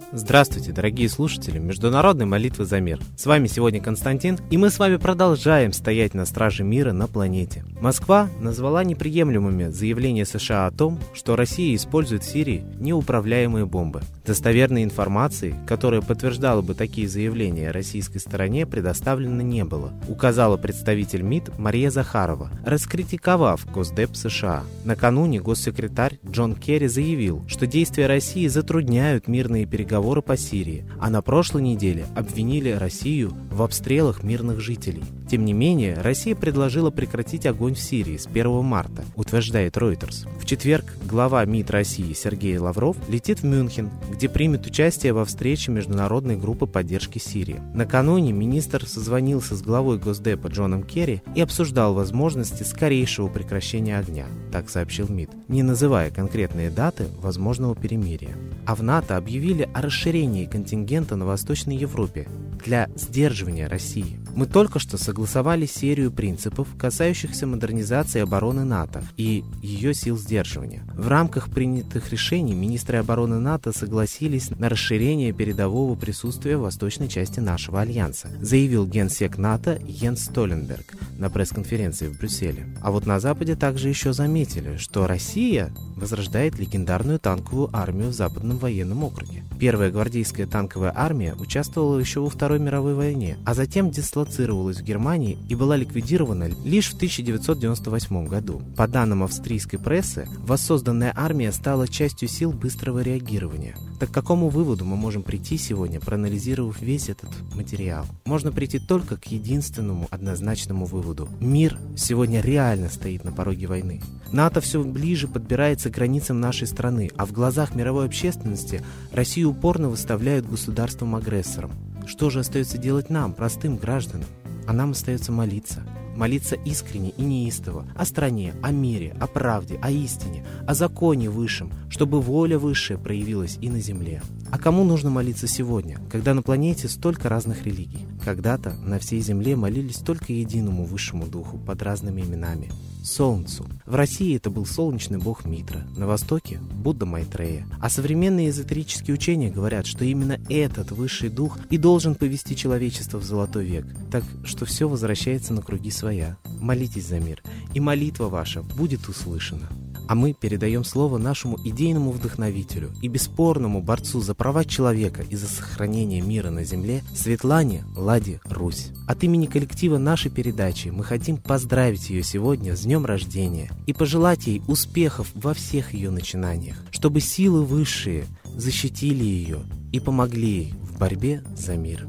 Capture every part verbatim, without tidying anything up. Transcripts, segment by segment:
Здравствуйте, дорогие слушатели Международной молитвы за мир. С вами сегодня Константин, и мы с вами продолжаем стоять на страже мира на планете. Москва назвала неприемлемыми заявления США о том, что Россия использует в Сирии неуправляемые бомбы. Достоверной информации, которая подтверждала бы такие заявления российской стороне, предоставлено не было, указала представитель МИД Мария Захарова, раскритиковав Госдеп США. Накануне госсекретарь Джон Керри заявил, что действия России затрудняют мирные переговоры по Сирии, а на прошлой неделе обвинили Россию в обстрелах мирных жителей. Тем не менее, Россия предложила прекратить огонь в Сирии с первого марта, утверждает Reuters. В четверг глава МИД России Сергей Лавров летит в Мюнхен, где примет участие во встрече международной группы поддержки Сирии. Накануне министр созвонился с главой Госдепа Джоном Керри и обсуждал возможности скорейшего прекращения огня, так сообщил МИД, не называя конкретные даты возможного перемирия. А в НАТО объявили о расширении контингента на Восточной Европе для сдерживания России. Мы только что согласовали серию принципов, касающихся модернизации обороны НАТО и ее сил сдерживания. В рамках принятых решений министры обороны НАТО согласились на расширение передового присутствия в восточной части нашего альянса, заявил генсек НАТО Йенс Столтенберг на пресс-конференции в Брюсселе. А вот на Западе также еще заметили, что Россия возрождает легендарную танковую армию в Западном военном округе. Первая гвардейская танковая армия участвовала еще во Второй мировой войне, а затем дислоцировалась в Германии и была ликвидирована лишь в тысяча девятьсот девяносто восьмом году. По данным австрийской прессы, воссозданная армия стала частью сил быстрого реагирования. Так к какому выводу мы можем прийти сегодня, проанализировав весь этот материал? Можно прийти только к единственному однозначному выводу. Мир сегодня реально стоит на пороге войны. НАТО все ближе подбирается к границам нашей страны, а в глазах мировой общественности Россию упорно выставляют государством-агрессором. Что же остается делать нам, простым гражданам? А нам остается молиться. Молиться искренне и неистово о стране, о мире, о правде, о истине, о законе высшем, чтобы воля высшая проявилась и на земле. А кому нужно молиться сегодня, когда на планете столько разных религий? Когда-то на всей земле молились только единому высшему духу под разными именами – Солнцу. В России это был солнечный бог Митра, на Востоке – Будда Майтрея. А современные эзотерические учения говорят, что именно этот высший дух и должен повести человечество в золотой век, так что все возвращается на круги своя. Молитесь за мир, и молитва ваша будет услышана. А мы передаем слово нашему идейному вдохновителю и бесспорному борцу за права человека и за сохранение мира на земле Светлане Ладе Русь. От имени коллектива нашей передачи мы хотим поздравить ее сегодня с днем рождения и пожелать ей успехов во всех ее начинаниях, чтобы силы высшие защитили ее и помогли ей в борьбе за мир.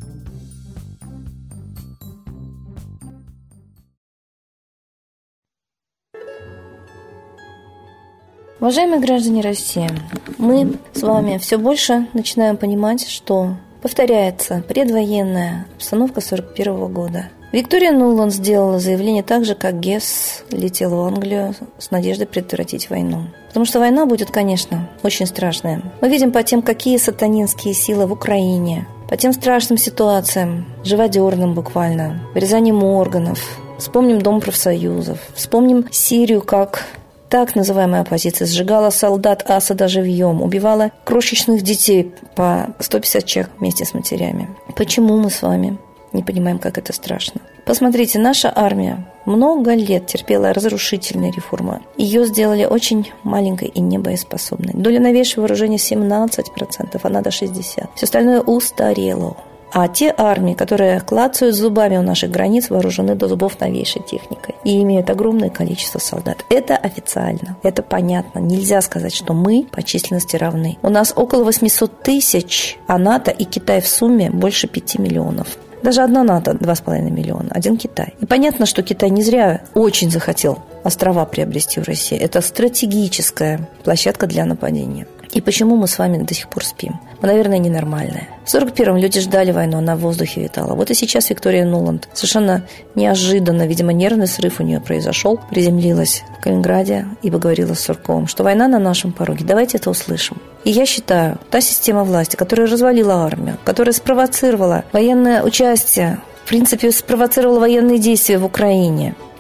Уважаемые граждане России, мы с вами все больше начинаем понимать, что повторяется предвоенная обстановка сорок первого года. Виктория Нуланд сделала заявление так же, как Гесс летел в Англию с надеждой предотвратить войну. Потому что война будет, конечно, очень страшная. Мы видим по тем, какие сатанинские силы в Украине, по тем страшным ситуациям, живодерным буквально, вырезанием органов. Вспомним Дом профсоюзов, вспомним Сирию как... Так называемая оппозиция сжигала солдат Асада живьем, убивала крошечных детей по сто пятьдесят человек вместе с матерями. Почему мы с вами не понимаем, как это страшно? Посмотрите, наша армия много лет терпела разрушительные реформы. Ее сделали очень маленькой и небоеспособной. Доля новейшего вооружения семнадцать процентов, а надо шестьдесят процентов. Все остальное устарело. А те армии, которые клацают зубами у наших границ, вооружены до зубов новейшей техникой и имеют огромное количество солдат. Это официально, это понятно. Нельзя сказать, что мы по численности равны. У нас около восемьсот тысяч, а НАТО и Китай в сумме больше пяти миллионов. Даже одна НАТО два с половиной миллиона, один Китай. И понятно, что Китай не зря очень захотел острова приобрести в России. Это стратегическая площадка для нападения. И почему мы с вами до сих пор спим? Мы, наверное, ненормальные. В сорок первом люди ждали войну, она в воздухе витала. Вот и сейчас Виктория Нуланд совершенно неожиданно, видимо, нервный срыв у нее произошел, приземлилась в Калининграде и поговорила с Сурковым, что война на нашем пороге. Давайте это услышим. И я считаю, та система власти, которая развалила армию, которая спровоцировала военное участие, в принципе, спровоцировала военные действия в Украине,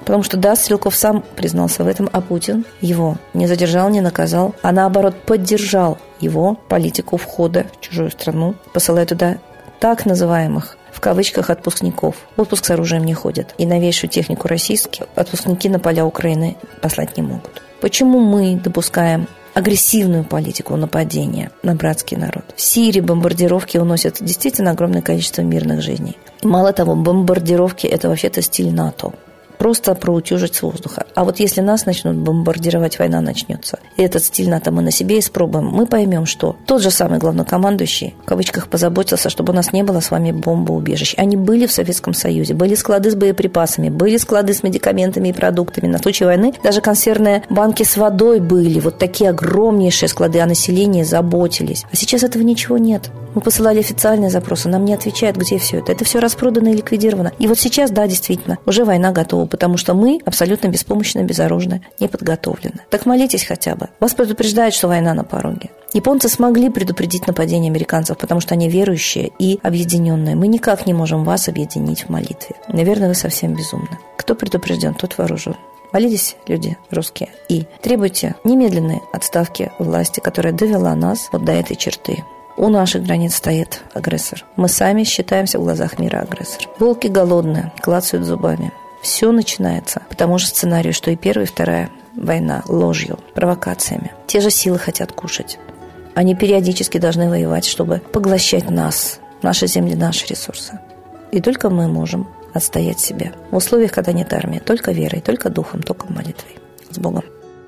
Потому что, да, Стрелков сам признался в этом, а Путин его не задержал, не наказал, а наоборот поддержал его политику входа в чужую страну, посылая туда так называемых, в кавычках, отпускников. В отпуск с оружием не ходят. И новейшую технику российских отпускники на поля Украины послать не могут. Почему мы допускаем агрессивную политику нападения на братский народ? В Сирии бомбардировки уносят действительно огромное количество мирных жизней. И мало того, бомбардировки – это вообще-то стиль НАТО. Просто проутюжить с воздуха. А вот если нас начнут бомбардировать, война начнется. И этот стиль НАТО мы на себе испробуем. Мы поймем, что тот же самый главнокомандующий, в кавычках, позаботился, чтобы у нас не было с вами бомбоубежищ. Они были в Советском Союзе. Были склады с боеприпасами, были склады с медикаментами и продуктами. На случай войны даже консервные банки с водой были. Вот такие огромнейшие склады, о населении заботились. А сейчас этого ничего нет. Мы посылали официальные запросы, нам не отвечают, где все это. Это все распродано и ликвидировано. И вот сейчас, да, действительно, уже война готова, потому что мы абсолютно беспомощны, безоружны, не подготовлены. Так молитесь хотя бы. Вас предупреждают, что война на пороге. Японцы смогли предупредить нападение американцев, потому что они верующие и объединенные. Мы никак не можем вас объединить в молитве. Наверное, вы совсем безумны. Кто предупрежден, тот вооружен. Молитесь, люди русские, и требуйте немедленной отставки власти, которая довела нас вот до этой черты. У наших границ стоит агрессор. Мы сами считаемся в глазах мира агрессором. Волки голодные, клацают зубами. Все начинается по тому же сценарию, что и первая, и вторая война. Ложью, провокациями. Те же силы хотят кушать. Они периодически должны воевать, чтобы поглощать нас, наши земли, наши ресурсы. И только мы можем отстоять себя. В условиях, когда нет армии, только верой, только духом, только молитвой. С Богом.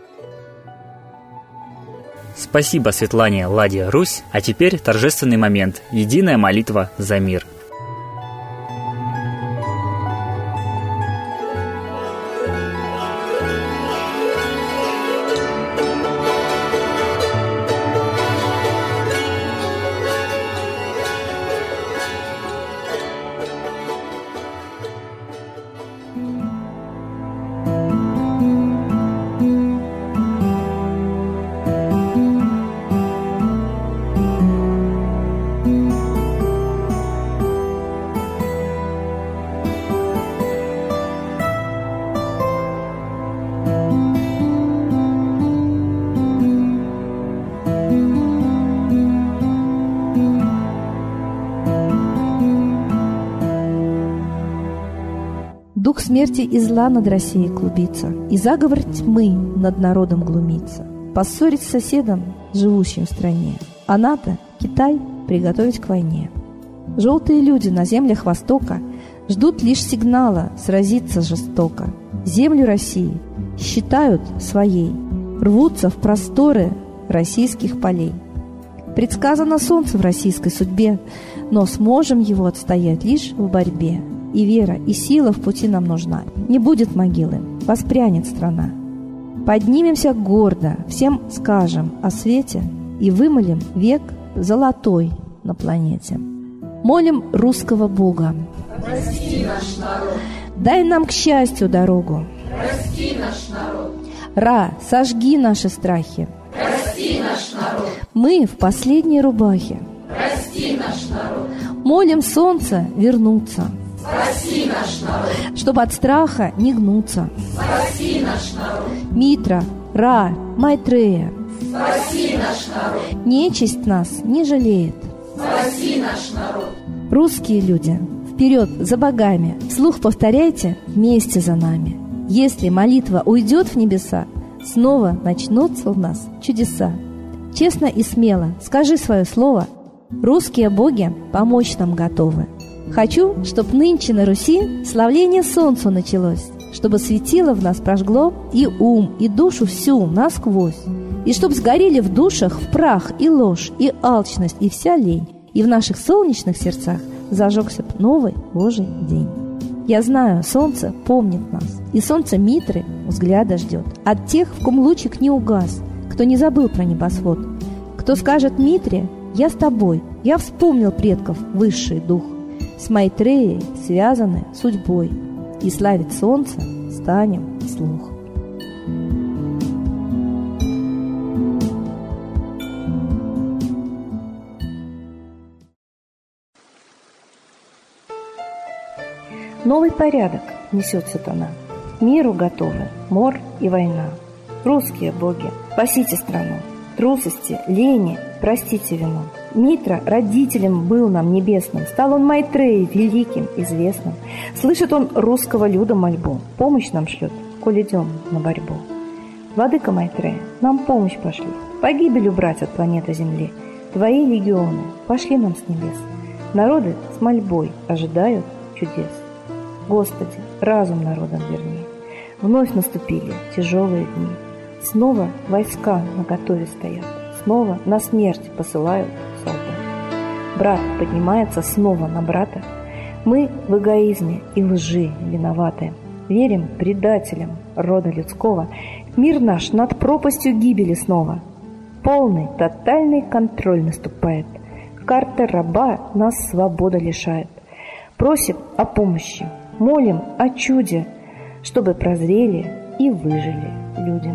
Спасибо Светлане Ладья Русь. А теперь торжественный момент. Единая молитва за мир. Дух смерти и зла над Россией клубится, и заговор тьмы над народом глумится. Поссорить с соседом, живущим в стране, а НАТО, Китай, приготовить к войне. Желтые люди на землях Востока ждут лишь сигнала сразиться жестоко. Землю России считают своей, рвутся в просторы российских полей. Предсказано солнце в российской судьбе, но сможем его отстоять лишь в борьбе. И вера, и сила в пути нам нужна. Не будет могилы, воспрянет страна. Поднимемся гордо, всем скажем о свете и вымолим век золотой на планете. Молим русского Бога. Прости наш народ. Дай нам к счастью дорогу. Прости наш народ. Ра, сожги наши страхи. Прости наш народ. Мы в последней рубахе. Прости наш народ. Молим солнце вернуться. Спаси наш народ. Чтобы от страха не гнуться. Спаси наш народ. Митра, Ра, Майтрея. Спаси наш народ. Нечисть нас не жалеет. Спаси наш народ. Русские люди, вперед за богами. Вслух повторяйте вместе за нами. Если молитва уйдет в небеса, снова начнутся у нас чудеса. Честно и смело скажи свое слово. Русские боги помочь нам готовы. Хочу, чтоб нынче на Руси славление солнцу началось, чтобы светило в нас прожгло и ум, и душу всю насквозь, и чтоб сгорели в душах в прах и ложь, и алчность, и вся лень, и в наших солнечных сердцах зажегся б новый Божий день. Я знаю, солнце помнит нас, и солнце Митры взгляда ждет от тех, в ком лучик не угас, кто не забыл про небосвод, кто скажет Митре: «Я с тобой, я вспомнил предков высший дух». С Майтреей связаны судьбой, и славить солнце станем вслух. Новый порядок несет сатана. Миру готовы мор и война. Русские боги, спасите страну. Трусости, лени, простите вину. Митра родителем был нам небесным, стал он Майтреей великим, известным. Слышит он русского люда мольбу, помощь нам шлет, коль идем на борьбу. Владыка Майтрея, нам помощь пошли, погибель убрать от планеты Земли. Твои легионы пошли нам с небес. Народы с мольбой ожидают чудес. Господи, разум народам верни. Вновь наступили тяжелые дни. Снова войска наготове стоят. Снова на смерть посылают солдат. Брат поднимается снова на брата. Мы в эгоизме и лжи виноваты. Верим предателям рода людского. Мир наш над пропастью гибели снова. Полный, тотальный контроль наступает. Карта раба нас свобода лишает. Просим о помощи, молим о чуде, чтобы прозрели и выжили люди.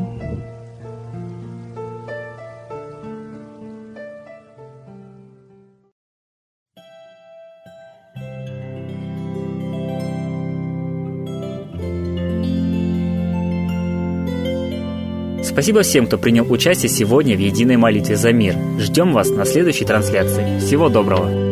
Спасибо всем, кто принял участие сегодня в единой молитве за мир. Ждем вас на следующей трансляции. Всего доброго!